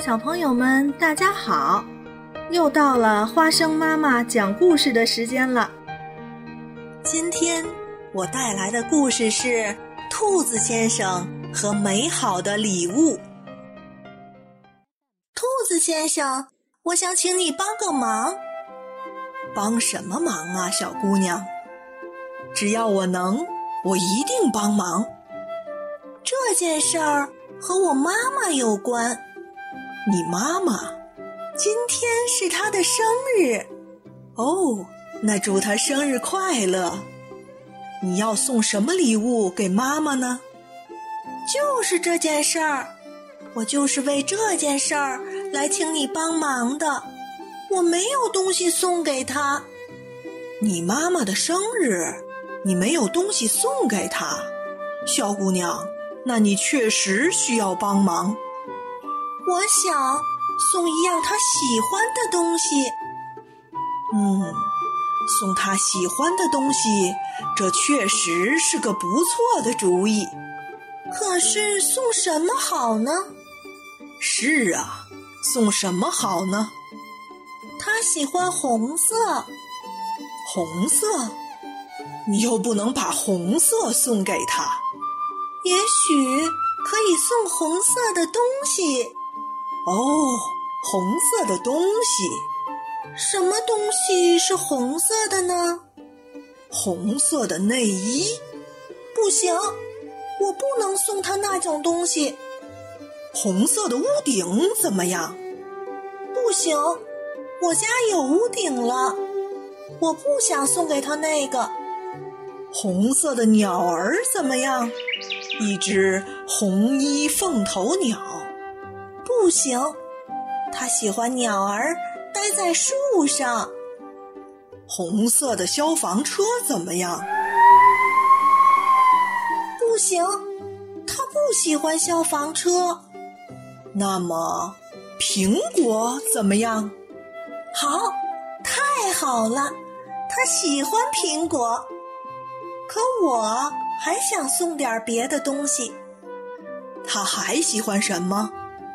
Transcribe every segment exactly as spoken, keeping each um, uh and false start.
小朋友们大家好，又到了花生妈妈讲故事的时间了。今天我带来的故事是兔子先生和美好的礼物。兔子先生，我想请你帮个忙。帮什么忙啊，小姑娘？只要我能，我一定帮忙。这件事儿和我妈妈有关。你妈妈今天是她的生日哦，那祝她生日快乐。你要送什么礼物给妈妈呢？就是这件事儿，我就是为这件事儿来请你帮忙的。我没有东西送给她。你妈妈的生日，你没有东西送给她？小姑娘，那你确实需要帮忙。我想送一样她喜欢的东西。嗯，送她喜欢的东西，这确实是个不错的主意。可是送什么好呢？是啊，送什么好呢？她喜欢红色。红色？你又不能把红色送给她。也许可以送红色的东西。哦，红色的东西。什么东西是红色的呢？红色的内衣。不行，我不能送她那种东西。红色的屋顶怎么样？不行，我家有屋顶了，我不想送给她那个。红色的鸟儿怎么样？一只红衣凤头鸟。不行，他喜欢鸟儿待在树上。红色的消防车怎么样？不行，他不喜欢消防车。那么苹果怎么样？好，太好了，他喜欢苹果。可我还想送点别的东西。他还喜欢什么？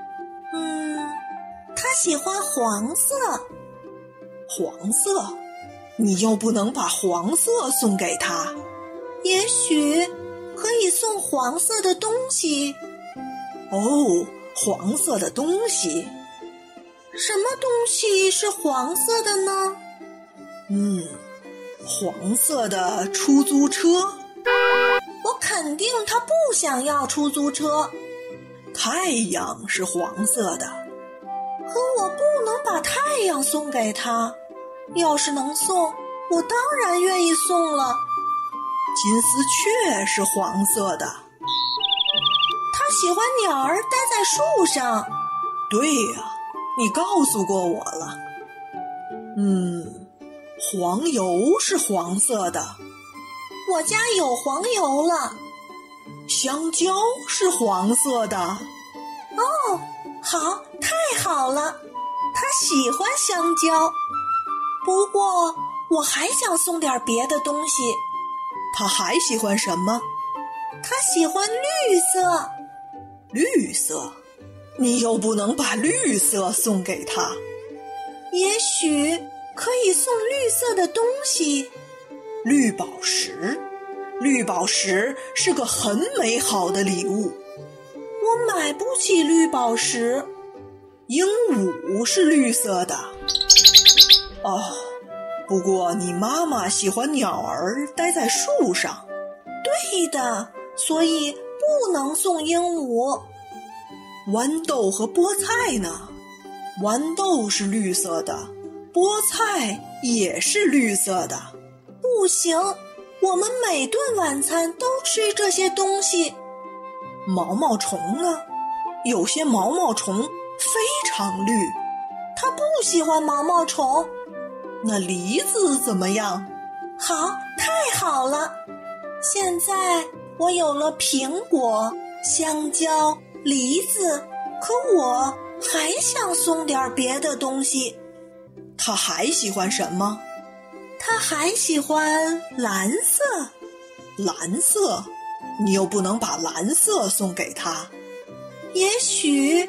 他喜欢黄色。黄色？你又不能把黄色送给他。也许可以送黄色的东西。哦，黄色的东西。什么东西是黄色的呢？嗯，黄色的出租车。我肯定他不想要出租车。太阳是黄色的。可我不能把太阳送给他，要是能送，我当然愿意送了。金丝雀是黄色的。他喜欢鸟儿待在树上。对呀，你告诉过我了。嗯，黄油是黄色的。我家有黄油了。香蕉是黄色的。哦，好，太好了，他喜欢香蕉。不过我还想送点别的东西。他还喜欢什么？他喜欢绿色。绿色？你又不能把绿色送给他。也许可以送绿色的东西。绿宝石。绿宝石是个很美好的礼物。我买不起绿宝石。鹦鹉是绿色的。哦，不过你妈妈喜欢鸟儿待在树上。对的，所以不能送鹦鹉。豌豆和菠菜呢？豌豆是绿色的，菠菜也是绿色的。不行，我们每顿晚餐都吃这些东西。毛毛虫呢？有些毛毛虫非常绿。他不喜欢毛毛虫。那梨子怎么样？好，太好了。现在我有了苹果、香蕉、梨子，可我还想送点别的东西。他还喜欢什么？他还喜欢蓝色。蓝色？你又不能把蓝色送给他。也许可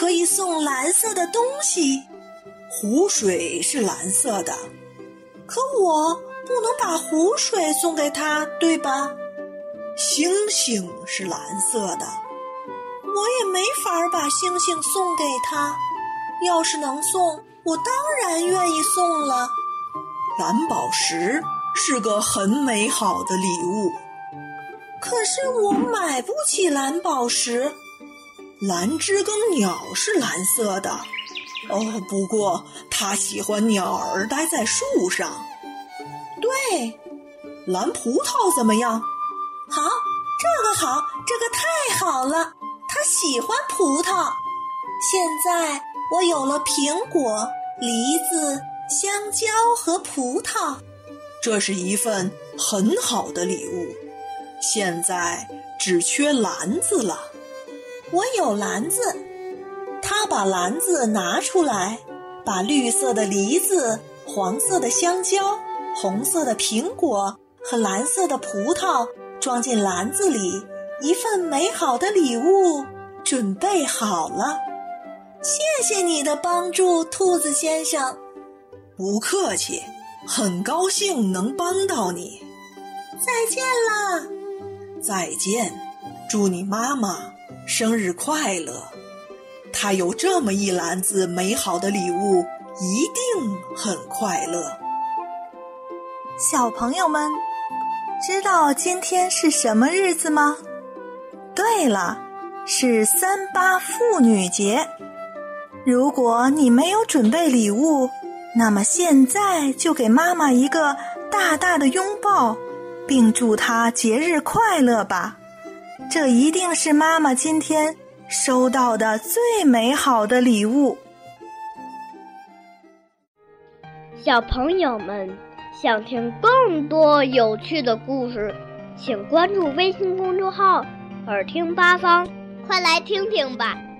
可以送蓝色的东西。湖水是蓝色的，可我不能把湖水送给他，对吧？星星是蓝色的，我也没法把星星送给他。要是能送，我当然愿意送了。蓝宝石是个很美好的礼物，可是我买不起蓝宝石。蓝知更鸟是蓝色的，哦，不过它喜欢鸟儿待在树上。对，蓝葡萄怎么样？好，这个好，这个太好了，它喜欢葡萄。现在我有了苹果、梨子、香蕉和葡萄，这是一份很好的礼物。现在只缺篮子了。我有篮子。他把篮子拿出来，把绿色的梨子、黄色的香蕉、红色的苹果和蓝色的葡萄装进篮子里，一份美好的礼物准备好了。谢谢你的帮助，兔子先生。不客气，很高兴能帮到你。再见啦。再见，祝你妈妈生日快乐。她有这么一篮子美好的礼物，一定很快乐。 小朋友们，知道今天是什么日子吗？对了，是三八妇女节。如果你没有准备礼物，那么现在就给妈妈一个大大的拥抱，并祝她节日快乐吧。这一定是妈妈今天收到的最美好的礼物。 小朋友们，想听更多有趣的故事，请关注微信公众号“耳听八方”，快来听听吧。